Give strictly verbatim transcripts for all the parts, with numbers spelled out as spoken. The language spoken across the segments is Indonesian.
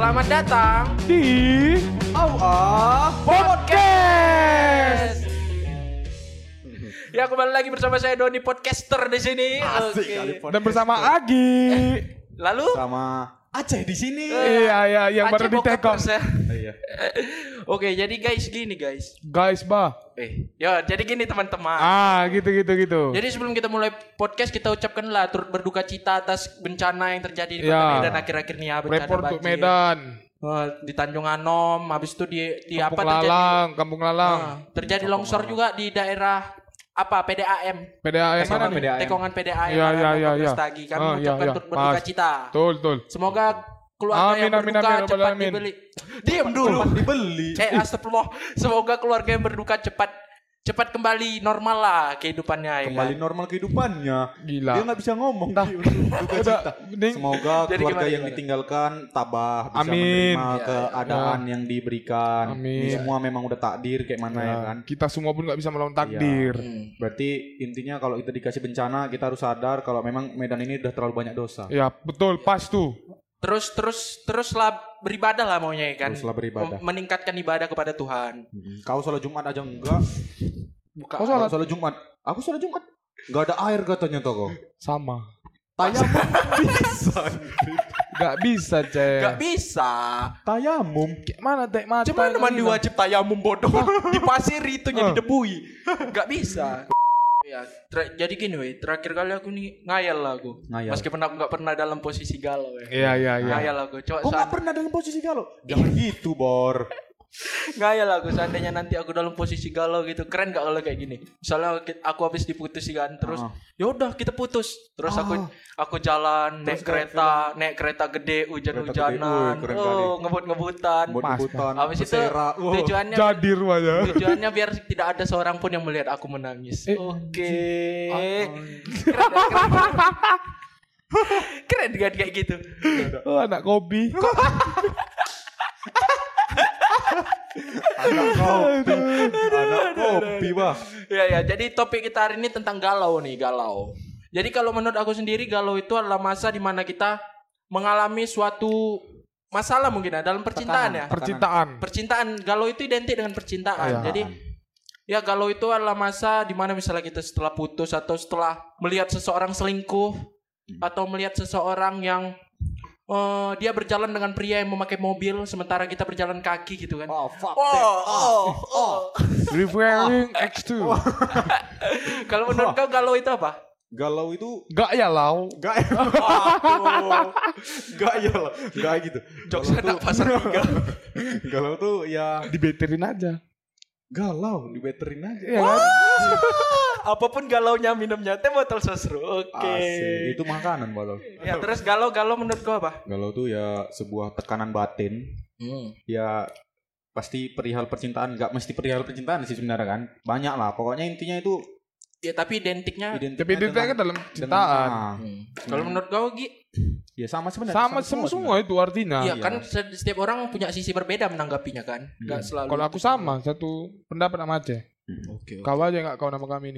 Selamat datang di Aua Podcast. Ya, kembali lagi bersama saya Doni podcaster di sini. Asik. Okay. Dan bersama Agi. Lalu sama Aceh di sini. Uh, iya iya yang Aceh baru di take off. ya. Iya. Oke, jadi guys gini guys. Guys, bah. Eh, ya jadi gini teman-teman. Ah, gitu gitu gitu. Jadi sebelum kita mulai podcast kita ucapkanlah turut berduka cita atas bencana yang terjadi di Ya. Kota Medan akhir-akhir ini ya, bencana Report banjir. untuk Medan. Oh, di Tanjung Anom, habis itu di di Kampung apa terjadi? Lalang, Kampung Lalang. Ah, terjadi longsor juga di daerah apa P D A M. P D A M mana nih? P D A M. Tekongan P D A M. Iya, iya, iya, iya. Kami Ah, iya, mengucapkan iya. turut berduka Pas. cita. Betul, betul. Semoga keluarga Amin, yang amin, berduka amin, cepat amin. dibeli. Diam dulu. Dibeli. Eh, astagfirullah. Semoga keluarga yang berduka cepat cepat kembali normal lah kehidupannya. Kembali ya kan? normal kehidupannya. Gila. Dia nggak bisa ngomong. Dah. Di duka Udah, cita. mending- Semoga Jadi keluarga gimana, yang gimana? ditinggalkan tabah bisa Amin. menerima Ya, keadaan yang diberikan. Amin. Ini semua memang udah takdir kayak mana ya kan. Kita semua pun nggak bisa melawan takdir. Hmm. Berarti intinya kalau kita dikasih bencana kita harus sadar kalau memang Medan ini udah terlalu banyak dosa. Ya, betul, pas tuh. Terus terus teruslah beribadah lah maunya ya kan. Teruslah beribadah. Mem- Meningkatkan ibadah kepada Tuhan. Kau sholat Jumat aja enggak? Buka. Kau Kau sholat sholat Jumat. Aku sholat Jumat. Enggak ada air katanya toko. sama. Tayamum bisa. Gak bisa, Cek. Gak bisa. Tayamum. Gimana tek mata? Cuman mandi hilang? wajib tayamum bodoh. Dipasiri itu nya didebui. Gak bisa. Ya, ter- jadi gini weh, terakhir kali aku nih ngayal lah aku. Ngayal. Meskipun aku gak pernah dalam posisi galau ya. Iya, iya, iya. Ngayal aku. Coba Kok saat- nggak pernah dalam posisi galau? Jangan gitu, Bor. ngayal aku seandainya nanti aku dalam posisi galau gitu. Keren gak kalau kayak gini? Misalnya aku habis diputus kan, terus Ah. ya udah kita putus. Terus aku Ah. aku jalan naik Terus kayak kereta, naik kereta gede hujan-hujanan. Kereta gede, woi, keren kali. Oh, ngebut-ngebutan. Buat-butan. Habis itu bersera. Wow. tujuannya Jadi rupanya. tujuannya biar tidak ada seorang pun yang melihat aku menangis. Eh, Oke. Keren, keren. Keren kan kayak gitu. Oh, anak kopi. Anak kopi. Anak kopi, Bah. Ya ya, jadi topik kita hari ini tentang galau nih, galau. Jadi kalau menurut aku sendiri galau itu adalah masa di mana kita mengalami suatu masalah mungkin ya dalam percintaan ya. Percintaan. Percintaan, galau itu identik dengan percintaan. Iya. Jadi ya galau itu adalah masa di mana misalnya kita setelah putus atau setelah melihat seseorang selingkuh atau melihat seseorang yang eh, dia berjalan dengan pria yang memakai mobil sementara kita berjalan kaki gitu kan. Oh, fuck Oh, that. oh, oh. Referring X two. Kalau menurut kau galau itu apa? Galau itu Gak ya lau. Gak ya. Gak ya lah. Gak gitu. Jokes Galau anak tuh- pasar tiga. Galau tuh ya Dibeterin aja. galau, dibeterin aja. Iya kan? Apapun galaunya minumnya teh botol sosro. Oke. Asik. Itu makanan, Balo. Ya terus galau-galau menurut kau apa? Galau tuh ya sebuah tekanan batin. Ya pasti perihal percintaan, nggak mesti perihal percintaan sih sebenarnya kan. Banyak lah. Pokoknya intinya itu Ya tapi identiknya. identiknya Tapi itu kan dengan- dalam dengan- cintaan. ah, Kalau menurut kau Gi? ya sama sebenarnya. Sama semua semua itu artinya. Iya kan se- setiap orang punya sisi berbeda menanggapinya kan. Enggak selalu. Kalau aku sama, satu pendapat sama Aceh. Oke. Kau aja nggak kau nama kami ini.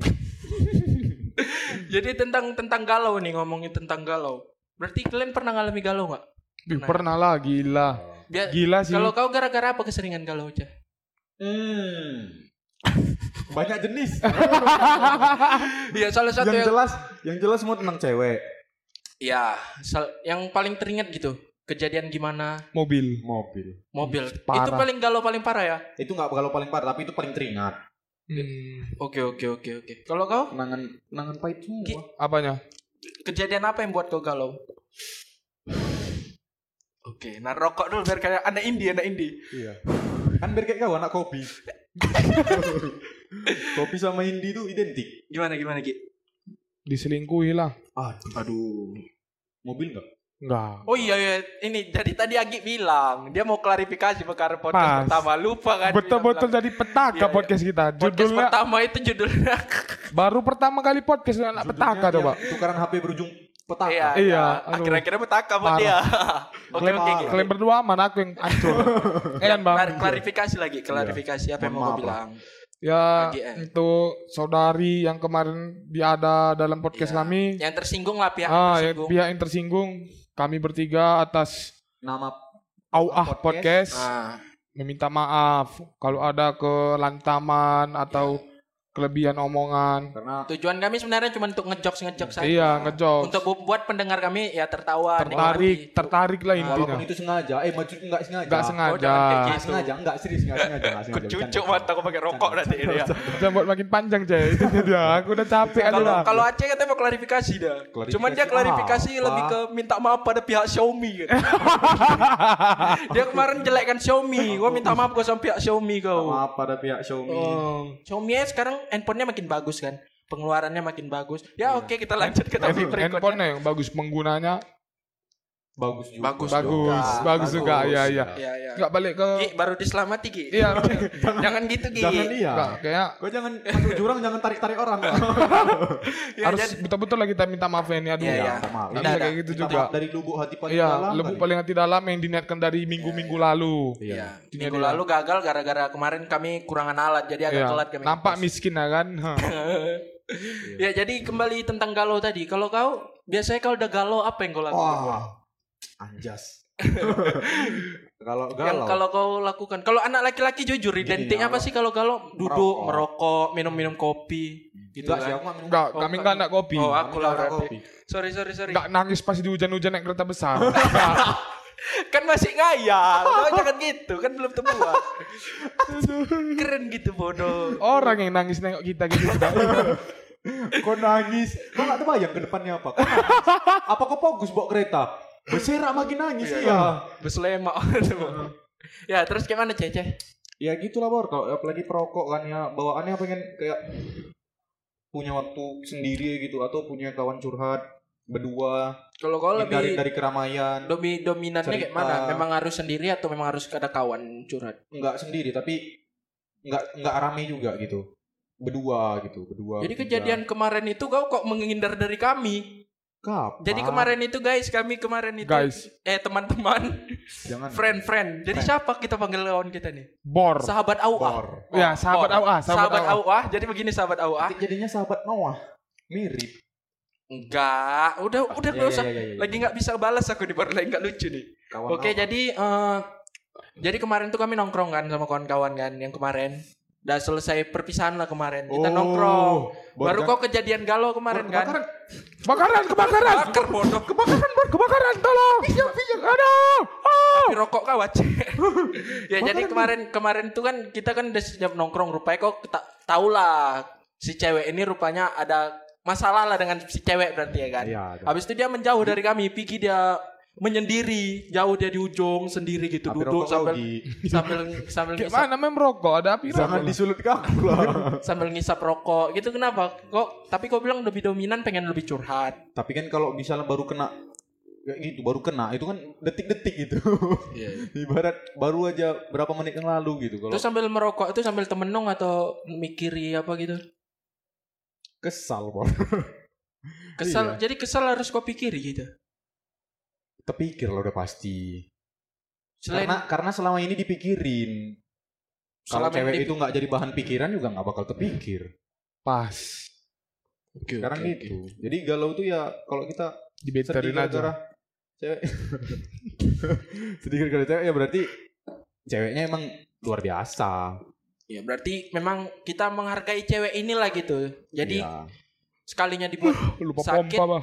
Jadi tentang tentang galau nih, ngomongin tentang galau. Berarti kalian pernah ngalami galau nggak? Ih, pernah lah, gila. Biar, Gila sih. Kalau kau gara-gara apa keseringan galau aja? Hmm. Banyak jenis. Iya salah satu yang yang, jelas, yang jelas semua tentang cewek. ya sal- yang paling teringat gitu. Kejadian gimana? Mobil. Mobil. Mobil. Parah. Itu paling galau paling parah ya? Itu nggak galau paling parah, tapi itu paling teringat. Hmm, Oke oke oke oke. Kalau kau Kenangan, kenangan pahit semua. Gi- apanya? kejadian apa yang buat kau galau? Oke, nah rokok dulu biar kayak anak indie, anak indie. Iya. Kan biar kayak kau anak kopi. Kopi sama Indi itu identik. Gimana gimana Ki? Diselingkuhi lah. Aduh. Aduh. Mobil nggak? Enggak. Oh iya iya, ini jadi tadi Agi bilang dia mau klarifikasi perkara podcast Pas. pertama, lupa kan? Betul-betul Bilang- jadi petaka Iya, iya. podcast kita. Podcast Judulnya pertama itu judulnya. baru pertama kali podcast anak petaka Judulnya coba. yang Tukaran H P berujung petaka. Iya, Iya, iya. aduh. Akhir-akhirnya petaka buat Parah. dia. Oke Kalian, oke oke. kalian berdua aman, aku yang hancur. Eh kan bang? Klari- Klarifikasi lagi, klarifikasi apa yang Mohon mau maaf gue bilang. Ya Lagi, eh. untuk saudari yang kemarin diada dalam podcast Iya. kami. Yang tersinggung lah pihak Ah, yang ya, tersinggung. pihak yang tersinggung. Kami bertiga atas Nama Auah podcast, Ah. meminta maaf kalau ada kelantaman atau kelebihan omongan. Karena Tujuan kami sebenarnya cuma untuk ngejokes ngejokes saja. Iya, ngejokes. Untuk bu- buat pendengar kami ya tertawa, Tertarik, nikmati. tertarik lah intinya. walaupun itu sengaja, eh maksud enggak sengaja. Enggak Oh, sengaja. jangan kayak Enggak gitu. sengaja, enggak serius, enggak sengaja, enggak sengaja. Kucucuk Bercanda. mata aku pakai rokok nanti ini ya. Jangan buat makin panjang, Cek. Itu dia. Aku udah capek aja Kalau lah. kalau Aceh katanya mau klarifikasi dah. Klarifikasi Cuman dia klarifikasi apa? lebih ke minta maaf pada pihak Xiaomi kan. Dia kemarin jelekkan Xiaomi. Gua minta maaf gua sama pihak Xiaomi kau. Maaf pada pihak Xiaomi. Oh. Xiaomi aja sekarang handphonenya makin bagus kan. Pengeluarannya makin bagus. Ya oke kita lanjut ke topik berikutnya. Handphone yang bagus penggunanya. Bagus juga. Bagus. Bagus, juga. bagus juga. Iya, iya. Iya iya. Enggak balik ke Gi, baru diselamati Gi. Iya. Jangan gitu Gi. Jangan iya. Enggak, kayak Kau jangan masuk jurang, jangan tarik-tarik orang. Ya, harus jadi- betul-betul lah kita minta maaf ya ini aduh. Iya, iya. Minta maaf. Nggak Tidak bisa ada. kayak gitu Minta juga. maaf dari lubuk hati paling Iya, dalam. lebih kali. paling hati dalam yang diniatkan dari minggu-minggu lalu. Iya. Ini Minggu dia. lalu gagal gara-gara kemarin kami kurangan alat jadi agak Iya. telat kami. Nampak ngepost. miskin ya kan. Hah. Ya jadi kembali tentang galau tadi. Kalau kau biasanya kalau udah galau apa yang kau lakukan? Wah. Anjas. Kalau Yang galau. kalau kau lakukan. Kalau anak laki-laki jujur identiknya apa galau. sih kalau galau? Duduk, Merokok. merokok, minum-minum kopi. Gitu Enggak sih, kan. aku nggak minum. Enggak, Oh, kami kami- enggak nak kopi. Oh, aku lah Kami nggak berarti. kopi. Sorry, sorry, sorry. Enggak nangis pas di hujan-hujan naik kereta besar. Kan masih ngayal. Kau jangan gitu, kan belum terbuat. Keren gitu bodoh. Orang yang nangis nengok kita gitu sudah. Kau nangis. Kau nggak terbayang ke depannya apa? Kau nangis. Apa kau fokus bawa kereta? Berserak makin nangis iya. Beslemak. Ya, terus gimana Cece? Ya gitulah Bor. Kalau apalagi perokok kan ya bawaannya pengen kayak punya waktu sendiri gitu atau punya kawan curhat berdua. Kalau kau Hindari lebih dari keramaian. domi dominannya kayak cerita. mana? Memang harus sendiri atau memang harus ada kawan curhat? Enggak sendiri tapi enggak enggak rame juga gitu. Berdua gitu, berdua. Jadi bertiga. kejadian kemarin itu kau kok menghindar dari kami. Kapan? Jadi kemarin itu guys, kami kemarin itu Guys. eh teman-teman, jangan friend-friend. Jadi siapa kita panggil kawan kita nih? Bor. Sahabat A U A. Bor. Ya, sahabat Bor. A U A, sahabat Sahabat A U A. A U A. Jadi begini sahabat A U A. Nanti jadinya sahabat Noah. Mirip. Enggak, udah udah Ya, enggak ya, usah. ya, ya, ya. Lagi nggak bisa balas aku di baru lagi nggak lucu nih. Kawan Oke, apa? jadi eh jadi kemarin tuh kami nongkrong kan sama kawan-kawan kan yang kemarin. Udah selesai perpisahan lah kemarin. Kita Oh, nongkrong. Bor, Baru jangan- kok kejadian galau kemarin kan. Kebakaran. Kebakaran, kebakaran. Bakar bodoh. Kebakaran, Bor. Kebakaran, tolong. Iya, iya. Aduh. Ah. Tapi rokok kah wajah. Ya jadi kemarin kemarin tuh kan kita kan udah siap nongkrong rupanya kok kita tahu lah si cewek ini rupanya ada masalah lah dengan si cewek berarti ya kan. Iya, ada. Habis itu dia menjauh dari kami, pergi dia menyendiri, jauh dia di ujung sendiri gitu Api duduk rokok sambil kau, Gi. sambil sambil ngisap, Gimana main merokok? Ada api Jangan rokok. disulut ke aku lah. sambil ngisap rokok gitu kenapa? Kok tapi kok bilang lebih dominan pengen lebih curhat. Tapi kan kalau misalnya baru kena kayak gitu, baru kena itu kan detik-detik gitu. Ibarat baru aja berapa menit yang lalu gitu. Kalau Terus sambil merokok itu sambil temenung atau mikiri apa gitu? kesal, Bor. Kesal, Iya. jadi kesal harus kau pikiri gitu. Terpikir lah udah pasti. Selain Karena karena selama ini dipikirin. Kalau selama cewek ini- itu nggak jadi bahan pikiran juga nggak bakal terpikir. Pas. Oke, Sekarang oke, gitu. Jadi galau tuh ya kalau kita sedih Dibeterin gara-gara aja. cewek. Sedih gara-gara cewek ya berarti ceweknya emang luar biasa. Ya berarti memang kita menghargai cewek inilah gitu. Jadi Iya. sekalinya dibuat Lupa sakit. pompa, Bah.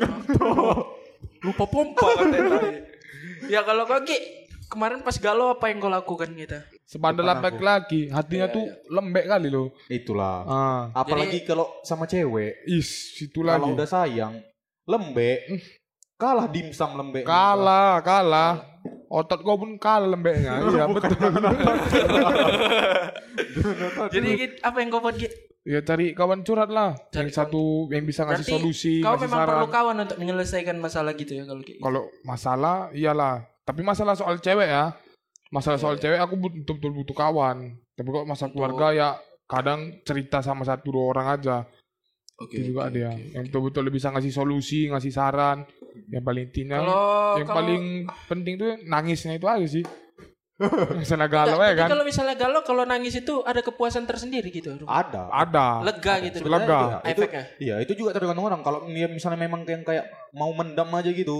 lupa pompa katanya tadi. Ya kalau kau Ki, kemarin pas galau apa yang kau lakukan gitu? Sebandel Depan sampai aku. lagi, hatinya Iya, tuh lembek kali loh. Itulah. Ah, Apalagi kalau sama cewek, is itu kalau lagi. udah sayang, lembek, kalah dimsum lembek. Kalah, kalah. Otot kau pun kalah lembeknya. Iya, betul. Jadi Ki, apa yang kau buat Ki? Ya cari kawan curhat lah. Cari Yang satu yang bisa ngasih Berarti solusi, Kau ngasih memang saran. perlu kawan untuk menyelesaikan masalah gitu ya kalau Ki. Kalau masalah, iyalah. Tapi masalah soal cewek ya. Masalah Iya, soal cewek aku but- betul-betul butuh kawan. Tapi kok masalah Untuk- keluarga ya kadang cerita sama satu dua orang aja. Oke. Itu juga oke, dia. oke, Yang oke. betul-betul bisa ngasih solusi, ngasih saran. Yang paling intinya, Kalau yang kalau- paling penting tuh nangisnya itu aja sih. Masalah galau Nggak, ya tapi kan. kalau misalnya galau, kalau nangis itu ada kepuasan tersendiri gitu. Ada. Ada. Lega gitu. Lega. Sebenarnya itu- Efeknya. Iya, itu juga tergantung orang. Kalau dia misalnya memang kayak kayak mau mendam aja gitu,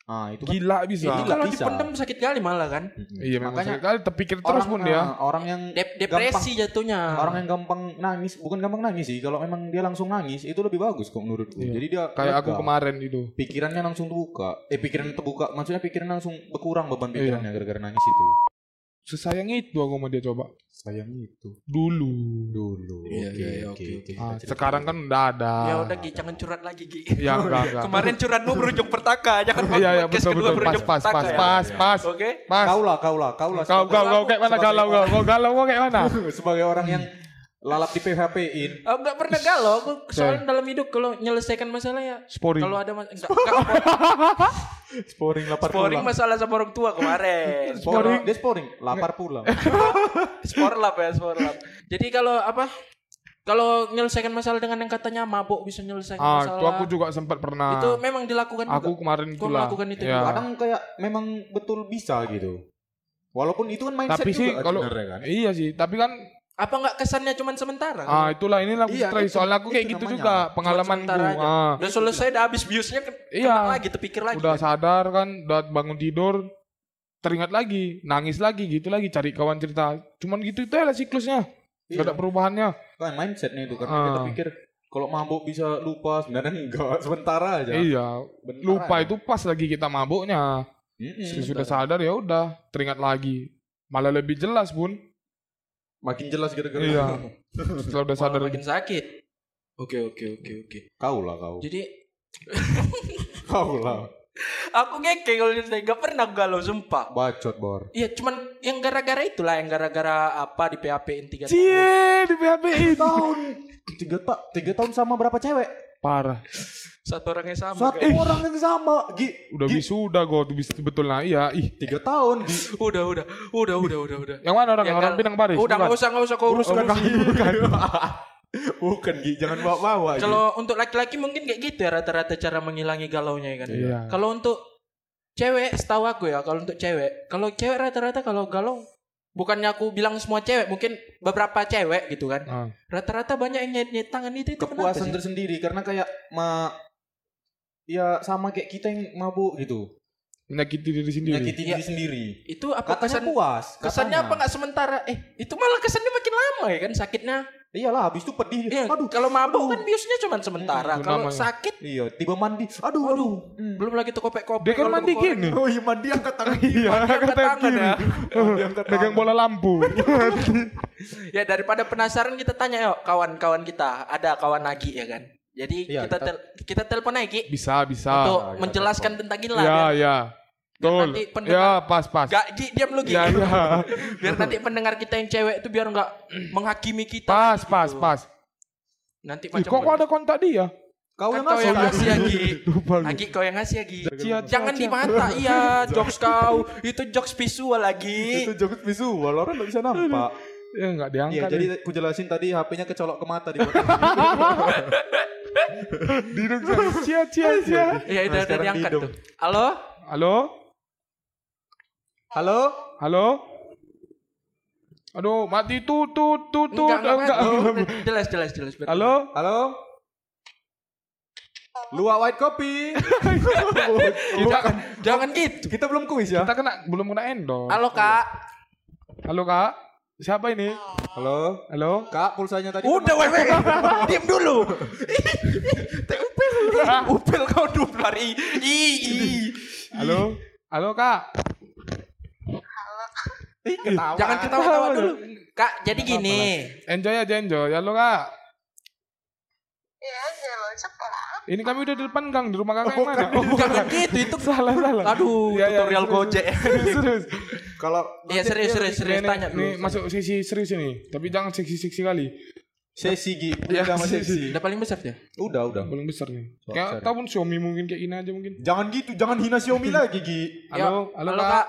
Ah, itu kan Gila bisa. Itu Gila, kalau bisa. dipendam sakit kali malah kan. Iya memang Makanya sakit kali terpikir terus orang, pun dia. ah, orang yang Dep- depresi jatuhnya. orang yang gampang nangis, bukan gampang nangis sih. Kalau memang dia langsung nangis itu lebih bagus kok menurutku. Iya. Jadi dia Kayak aku lega. kemarin itu. Pikirannya langsung terbuka. Eh pikiran terbuka, maksudnya pikiran langsung berkurang beban Iya. pikirannya gara-gara nangis itu. Sesayang itu aku sama dia coba. Sayang itu. Dulu. Dulu. Iya, Oke, iya, iya, oke, oke, oke. oke. Ah, sekarang kan udah ada. Ya udah Gi, jangan curhat lagi Gi. Ya enggak enggak. Kemarin curhatmu berujung pertaka, jangan Iya iya podcast betul kedua betul pas berujung pas pertaka pas ya. pas pas. Oke. Pas. Kau lah, kau lah, kau lah. Kau kau kau kayak mana galau kau? Kau galau kau kayak mana? Sebagai orang yang lalap di P H P-in. Aku enggak pernah galau, aku soalnya dalam hidup kalau menyelesaikan masalah ya Sporing. kalau ada mas- enggak, enggak Sporing lapar sporing pulang. masalah sama orang tua kemarin. Sporing. Dia sporing, lapar pulang. Sport lap ya, sport lap. Jadi kalau apa? Kalau menyelesaikan masalah dengan yang katanya mabuk bisa menyelesaikan Ah, masalah. itu aku juga sempat pernah. Itu memang dilakukan juga. Aku kemarin Kau itulah. melakukan itu Ya. juga? Kadang kayak memang betul bisa gitu. Walaupun itu kan mindset Tapi sih juga kalau sebenarnya kan. iya sih, tapi kan Apa enggak kesannya cuma sementara? ah itulah ini aku Iya, stres itu- soalnya aku kayak itu gitu namanya. juga Cuma pengalamanku. sementara aja. Ah, Udah selesai, udah habis biusnya ke Iya. kena lagi, terpikir lagi. udah kan? sadar kan, udah bangun tidur, teringat lagi, nangis lagi, gitu lagi, cari kawan cerita. Cuman gitu itu lah siklusnya, Iya. gak ada perubahannya. Kan mindsetnya itu karena Ah. kita pikir kalau mabuk bisa lupa, sebenarnya enggak, sementara aja. Iya, Bentar lupa aja. itu pas lagi kita mabuknya. Mm-mm, Sudah bentar. sadar ya udah, teringat lagi. Malah lebih jelas pun. Makin jelas gara-gara. Iya. Setelah udah sadar Malah makin sakit. Oke, oke, oke, oke. Kau lah kau. Jadi Kau lah. aku ngeke kalau cerita, gak pernah galau sumpah. Bacot bor. Iya, cuman yang gara-gara itulah, yang gara-gara apa di P H P-in tiga tahun. Cie, di P H P-in. Tahun tiga tak tiga tahun sama berapa cewek? Parah. Satu orang yang sama. Satu kayak. orang yang sama. Gi. Udah Gi. wisuda gue tuh bis- betul lah. Iya, ih. Tiga tahun. Gi. Udah, udah, udah, udah, udah, udah. Yang mana orang? Ya, orang gal- Pinang Paris. Udah bukan? nggak usah, nggak usah kau urus. Bukan, urus. bukan. Bukan Gi, jangan bawa-bawa. Gi. Kalau untuk laki-laki mungkin kayak gitu ya rata-rata cara menghilangi galaunya ya kan. Iya. Kalau untuk cewek, setahu aku ya, kalau untuk cewek, kalau cewek rata-rata kalau galau, bukannya aku bilang semua cewek, mungkin beberapa cewek gitu kan. Ah. Rata-rata banyak yang nyet-nyet tangan itu itu kenapa kepuasan sih? tersendiri karena kayak ma ya sama kayak kita yang mabuk gitu. Menyakiti diri sendiri. Menyakiti Iya. diri sendiri. Itu apa Katanya kesan puas. kesannya katanya. apa nggak sementara? Eh, itu malah kesannya makin lama ya kan sakitnya. Iyalah habis itu pedih. Iya, Aduh. kalau mabuk kan biusnya cuma sementara. Hmm, Kalau namanya. sakit Iya, tiba mandi. Aduh, aduh. Hmm. belum lagi tuh kopek-kopek. Dia kan kalau mandi keluar. gini. Oh iya mandi angkat tangan. Iya, Angkat kata tangan kiri. ya. Diangkat Pegang tangan. bola lampu. Ya daripada penasaran kita tanya yuk kawan-kawan kita. Ada kawan Nagi ya kan. Jadi Iya, kita kita- tel- kita telepon Nagi Bisa, bisa. untuk kita menjelaskan tentang gila. Ya, biar, ya. Betul. nanti pendengar- Ya, pas, pas. Gak, Gi, diam lu Gi. Ya, ya. Biar nanti pendengar kita yang cewek itu biar nggak menghakimi kita. Pas, gitu. pas, pas. Nanti Ih, macam kok kok ada kontak dia? Kau kan yang kau yang ngasih. ngasih ya Gi. Lupa gue. Agi kau yang ngasih ya Gi. Cia, Jangan cia, di cia. mata, iya jokes kau. Itu jokes visual lagi. Itu jokes visual, orang nggak bisa nampak. Ya, enggak Iya, diangkat. jadi nih. aku jelasin tadi H P-nya kecolok ke mata di belakang. Duduk sana. Cia, cia, cia. Iya udah udah sekarang diangkat hidung. tuh. Halo? Halo? Halo? Halo? Aduh, mati tut tut tut tut. Enggak, enggak, Enggak. enggak. Jelas, jelas, jelas. Biar- Halo? Halo? Luwak white coffee. Jangan, jangan gitu. Kita belum kuis ya? Kita kena belum kena endorse. Halo Kak. Halo, Kak. Siapa ini? Halo? Halo? Kak, pulsanya tadi. Udah weh weh. Diam dulu. Teh upel. Ih, upel kau duplar. Ih, ih, ih. Halo? Halo, Kak. Ih, ketawa. Jangan ketawa-tawa dulu. Kak, jadi gini. Enjoy aja, enjoy. Halo, Kak. Iya aja loh, cepet. Ini kami udah di depan gang di rumah kakak Oh, yang mana? kan. Jangan gitu itu. Salah, salah. Aduh, Ya, ya, tutorial serius. Gojek. Serius. Kalau Iya serius serius serius Ini, tanya ini dulu. masuk sesi serius ini. Tapi jangan seksi-seksi kali. sesi Gi, Ya, udah sama sesi. sesi. Udah paling besar dia. Udah, udah. Paling besar nih. So, Kayak sorry. tahun Xiaomi mungkin kayak ini aja mungkin. Jangan gitu, jangan hina Xiaomi lagi, Gi. Halo, Ya, halo, halo, Kak. Kak.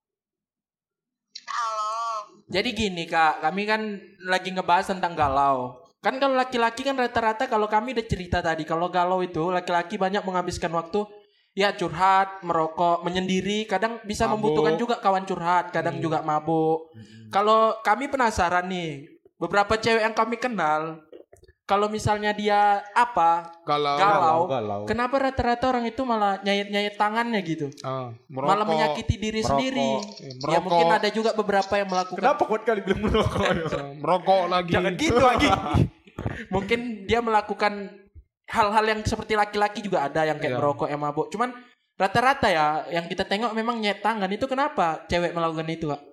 Halo. Jadi gini Kak, kami kan lagi ngebahas tentang galau. Kan kalau laki-laki kan rata-rata kalau kami udah cerita tadi, kalau galau itu laki-laki banyak menghabiskan waktu ya curhat, merokok, menyendiri, kadang bisa Mabuk. membutuhkan juga kawan curhat, kadang juga mabuk. Kalau kami penasaran nih, beberapa cewek yang kami kenal, kalau misalnya dia apa Galau. galau, galau. kenapa rata-rata orang itu malah nyayat-nyayat tangannya gitu, Ah, merokok. malah menyakiti diri merokok. sendiri. Ya, Ya merokok. mungkin ada juga beberapa yang melakukan. Kenapa kuat kali bilang merokok? Ah, merokok lagi. Jangan gitu lagi. Mungkin dia melakukan hal-hal yang seperti laki-laki juga ada yang kayak Iya. merokok, yang mabuk. Cuman rata-rata ya yang kita tengok memang nyayat tangan. Itu kenapa cewek melakukan itu, Kak?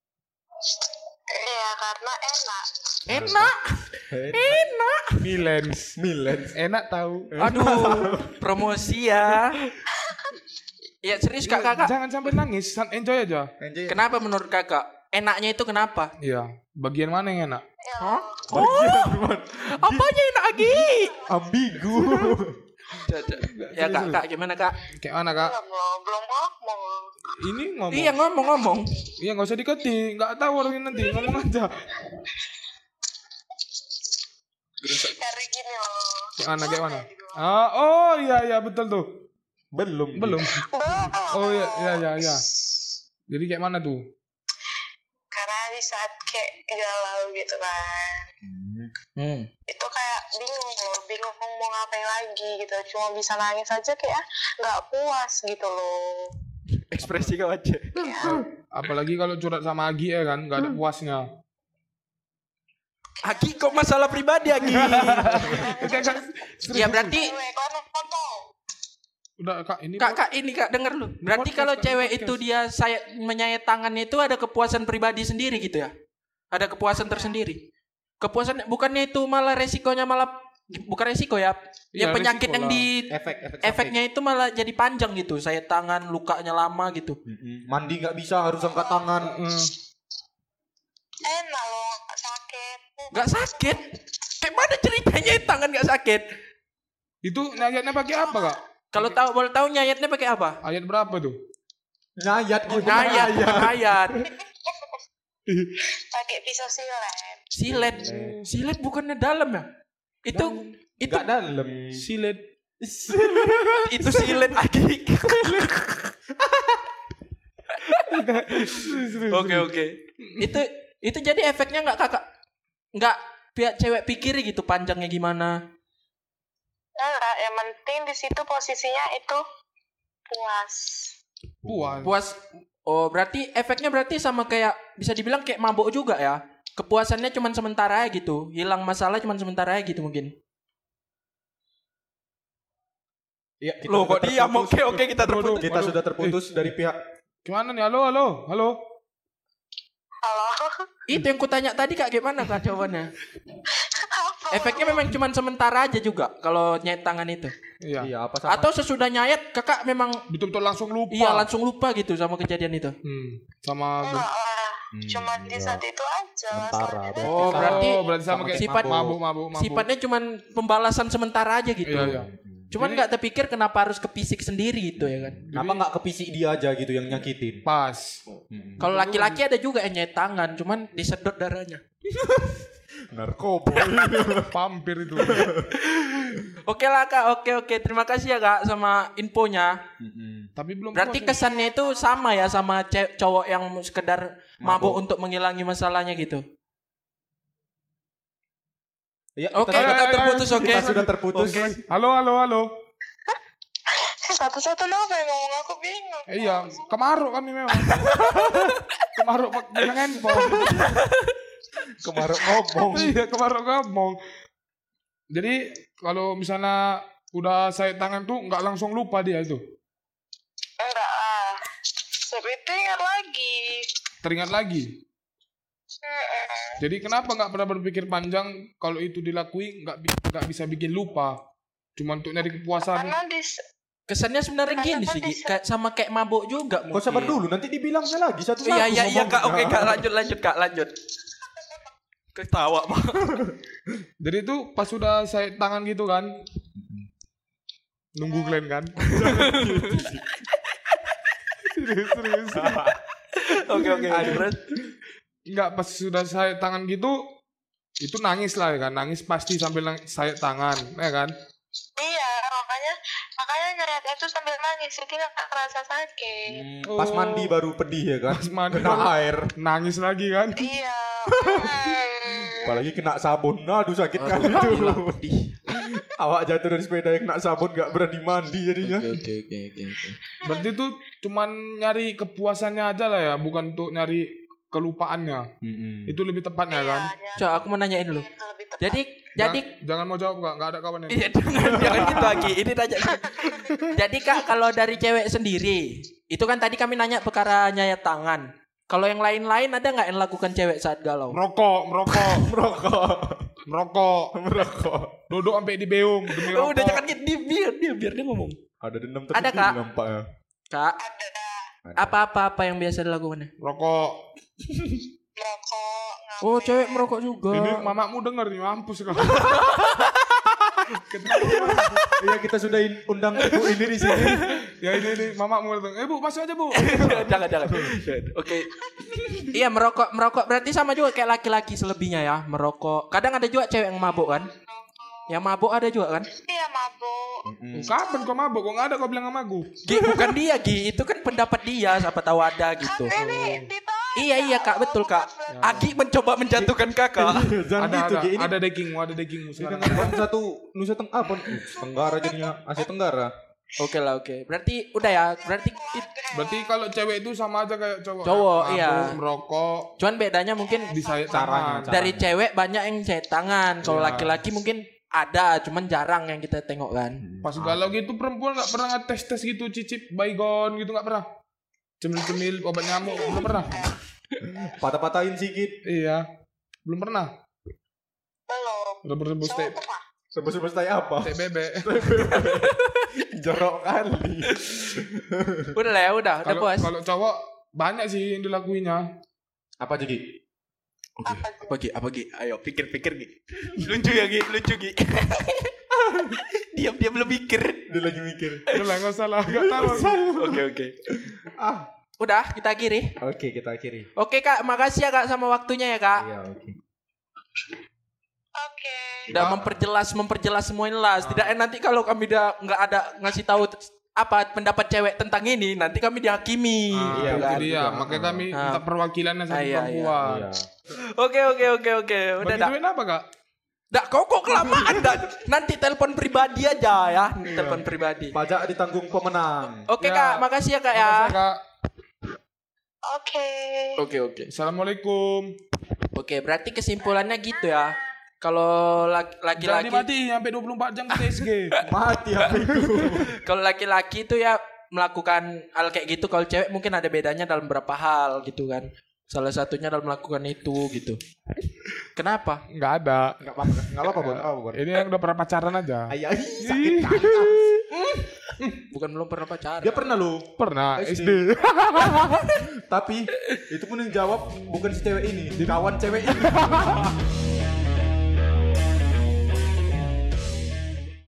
Iya, karena enak. Enak. Enak. Milens. Milens. Enak tahu. Aduh, promosi ya. Ya serius Kak, Kakak. Jangan sampai nangis, san- enjoy aja. Kenapa menurut Kakak? Enaknya itu kenapa? Iya, bagian mana yang enak? Ya, Hah? Oh, apanya enak lagi? Ambigu. Ya Kak, Kak gimana Kak? Kayak mana kak? belum belum ngomong. Ini ngomong. Iya ngomong-ngomong. Iya nggak usah diketik, nggak tahu orangnya nanti ngomong aja. Dari gini loh. Kayak mana, kayak mana? Ah, oh iya iya betul tuh. Belum. Belum. Belum. Oh iya iya iya. iya. Jadi kayak mana tuh? Karena di saat kayak galau gitu kan, Hmm. itu kayak bingung loh, bingung mau ngapain lagi gitu. Cuma bisa nangis aja kayak nggak puas gitu loh. Ekspresi kau aja. Apalagi kalau curhat sama Agi ya kan, nggak ada puasnya. Agi kok masalah pribadi Agi? Ya berarti Cewek kok ngomong. Udah kak ini. Kak, Kak ini Kak denger lu. Berarti Podcast, kalau Kak, cewek podcast. itu dia saya menyayat tangannya itu ada kepuasan pribadi sendiri gitu ya? Ada kepuasan tersendiri. Kepuasan bukannya itu malah resikonya malah bukan resiko ya. Iya, Yang penyakit resiko yang lah. di Efek, efek efeknya itu malah jadi panjang gitu. Saya tangan lukanya lama gitu. Mm-mm. Mandi nggak bisa, harus angkat tangan. Hmm. Enak loh, nggak sakit. Gak sakit. Kayak mana ceritanya tangan gak sakit? Itu ayatnya pakai apa kak? Kalau tahu boleh tahu nyayatnya pakai apa? Ayat berapa tuh? Nyayat gitu. Nyayat, nyayat. Pakai pisau silet. Silet. Silet bukannya dalam ya? Itu itu Nggak dalam. Silet. itu silet Agi. Oke oke. Itu itu jadi efeknya nggak kakak? Nggak pihak cewek pikir gitu panjangnya gimana? Enggak, yang penting di situ posisinya itu puas. Puas. Puas. Oh berarti efeknya berarti sama kayak bisa dibilang kayak mabuk juga ya? Kepuasannya cuma sementara aja gitu, hilang masalah cuma sementara aja gitu mungkin. Ya, kita Loh sudah kok diam? terputus. Oke oke kita terputus. Kita sudah terputus dari pihak. Gimana nih? Halo halo halo. Halo. Itu yang kutanya tadi kak gimana kak jawabannya? Apa? Efeknya memang cuma sementara aja juga kalau nyayat tangan itu. Iya. Iya, apa sama? Atau sesudah nyayat kakak memang Betul-betul langsung lupa. iya langsung lupa gitu sama kejadian itu. Hmm. Sama. Enggak lah. Hmm, Cuma di iya. saat itu aja. Sementara, masalahnya. berarti. Oh, berarti oh, berarti sama sama kayak kayak sifat mabuk mabuk mabuk. sifatnya cuma pembalasan sementara aja gitu. Iya iya. Cuman Jadi- nggak terpikir kenapa harus ke fisik sendiri gitu ya kan. Kenapa nggak ke fisik dia aja gitu yang nyakitin? Pas. Mm-mm. Kalau laki-laki ada juga yang nyayat tangan, cuman disedot darahnya. Narkoba. Pampir itu. Oke lah kak, oke oke. Terima kasih ya kak sama infonya. Mm-mm. Tapi belum. Berarti puas, kesannya itu sama ya sama ce- cowok yang sekedar mabuk Mabuk. untuk menghilangi masalahnya gitu. Ya, Oke kita, kita ayo, terputus oke. kita sudah terputus. Oke. Halo halo halo. Satu-satu apa yang ngomong aku bingung. Eh, iya, kemaruk kami memang. Kemaruk pak dengan handphone. Kemaruk ngomong. Iya, kemaruk ngomong. Jadi kalau misalnya udah saya tangan tuh nggak langsung lupa dia itu. Enggak lah. Seperti ingat lagi. Teringat lagi. Mm-mm. Jadi kenapa nggak pernah berpikir panjang kalau itu dilakui nggak bi- nggak bisa bikin lupa. Cuma untuk nyari kepuasan. Karena di Kesannya sebenarnya gini sih, Gi. Kayak sama kayak mabuk juga Kau sabar mungkin. dulu, nanti dibilangnya lagi satu-satu. Iya iya iya ngomong. kak, oke kak lanjut lanjut kak lanjut. Ketawa pak. Jadi itu pas sudah saya tangan gitu kan. Nunggu Glenn kan. serius serius. Oke oke. Terus Enggak, pas sudah saya tangan gitu itu nangis lah ya kan. Nangis pasti sambil nang- saya tangan, ya kan? Iya, makanya makanya nyayatnya tuh sambil nangis, jadi nggak kerasa sakit. Hmm, pas mandi baru pedih ya kan? Pas mandi Kena baru- air. Nangis lagi kan. Iya. Hmm. Apalagi kena sabun. Aduh sakit kan Aduh, itu. gila, pedih. Awak jatuh dari sepeda yang kena sabun gak berani mandi jadinya. Oke oke oke oke. oke. Berarti tuh cuman nyari kepuasannya aja lah ya, bukan untuk nyari kelupaannya. Mm-mm. Itu lebih tepatnya kan. Coba aku mau nanyain dulu. Itu lebih tepat. Jadi Jangan, jadi jangan mau jawab Kak, enggak ada kawan ini. Iya, jangan jangan gitu lagi. Ini tanya. Jadi Kak, kalau dari cewek sendiri, itu kan tadi kami nanya perkara nyayat tangan. Kalau yang lain-lain ada nggak yang lakukan cewek saat galau? Merokok, merokok, Merokok. merokok, Merokok. duduk sampai di beung demi Oh, rokok. udah jangan gitu, dia biar dia biar dia ngomong. Ada dendam Ada, tersembunyi Kak. nampaknya. Kak, Ada. apa-apa apa yang biasa dilakukan? Rokok. Merokok, ngapain. Oh, cewek merokok juga. Ini mamamu denger nih, mampus kau. Iya kita sudah in- undang ibu ini di sini. Ya ini ini mamamu datang. Eh Bu, masuk aja Bu. jangan jangan. Oke. Iya, merokok merokok berarti sama juga kayak laki-laki selebihnya ya, merokok. Kadang ada juga cewek yang mabuk kan? Yang mabuk ada juga kan? Iya mabuk. Kapan kau mabuk? Kok enggak ada kau bilang sama aku? Gi, bukan dia, Gi. Itu kan pendapat dia, siapa tahu ada gitu. Kan ini ditanya. Iya iya Kak, betul Kak. Agi mencoba menjatuhkan Kakak. Jangan Ada gitu ada Gi. Ini ada dagingmu, ada dagingmu ini sekarang. dengan bangsa tuh Nusa Teng apa? Tenggara jadinya Asia Tenggara. Oke lah, oke. Berarti udah ya, berarti it- Berarti kalau cewek itu sama aja kayak cowok. Cowok, Mabuk, iya. merokok, cuman bedanya mungkin disayat Caranya, tangan. dari cewek banyak yang jahit tangan. Kalau Iya. laki-laki mungkin ada, cuman jarang yang kita tengok kan. Pas galau gitu perempuan enggak pernah ngetes-tes gitu cicip baygon gitu enggak pernah. Cemil-cemil obat nyamuk belum pernah. Patah-patahin sikit. Iya. Belum pernah. Belum. Rebus-rebus teh Cowok pernah. Sebut-sebut saya apa? teh bebek. Jorok kali. Udah lah ya, udah, udah Kalau puas. kalau cowok banyak sih yang dilakuinya. Apa Gi? Oke, apa Gi? Apa Gi? Ayo pikir-pikir Gi. Lucu ya Gi, lucu Gi. Diam-diam lu mikir. Dia lagi mikir. Udah lah enggak salah, enggak tahu. Oke, oke. Ah. Udah, kita akhiri. Oke kita akhiri. Oke Kak, makasih ya Kak sama waktunya ya Kak. Iya oke. Oke. Udah memperjelas memperjelas semuanya lah. Setidaknya nanti kalau kami udah nggak ada ngasih tahu t- apa pendapat cewek tentang ini, nanti kami dihakimi. Ah, Iya, itu kan? dia. Juga. Makanya kami Ah. minta perwakilannya satu Ah, iya, perempuan. Iya. Oke oke oke oke. Udah Bagi dah. duit apa kak? Dah kok kok kelamaan dah. Nanti telepon pribadi aja ya. Telepon pribadi. Pajak ditanggung pemenang. Oke Ya. Kak, makasih ya Kak ya. Makasih, Kak. Oke. Oke oke. Assalamualaikum. Oke, berarti kesimpulannya gitu ya. Kalau laki- Jangan laki-laki dimatiin sampai dua puluh empat jam ke T S G. Mati H P-ku. kalau laki-laki itu ya melakukan hal kayak gitu, kalau cewek mungkin ada bedanya dalam beberapa hal gitu kan. Salah satunya dalam melakukan itu gitu. Kenapa? Enggak ada. Enggak apa-apa. Enggak apa-apa, Bon. Apa, Bon? Ini yang udah pernah pacaran aja. Ayah, ih, sakit kali. Bukan belum pernah pacaran. Dia pernah loh. Pernah S S D. D. Tapi itu pun yang jawab bukan si cewek ini, kawan cewek ini.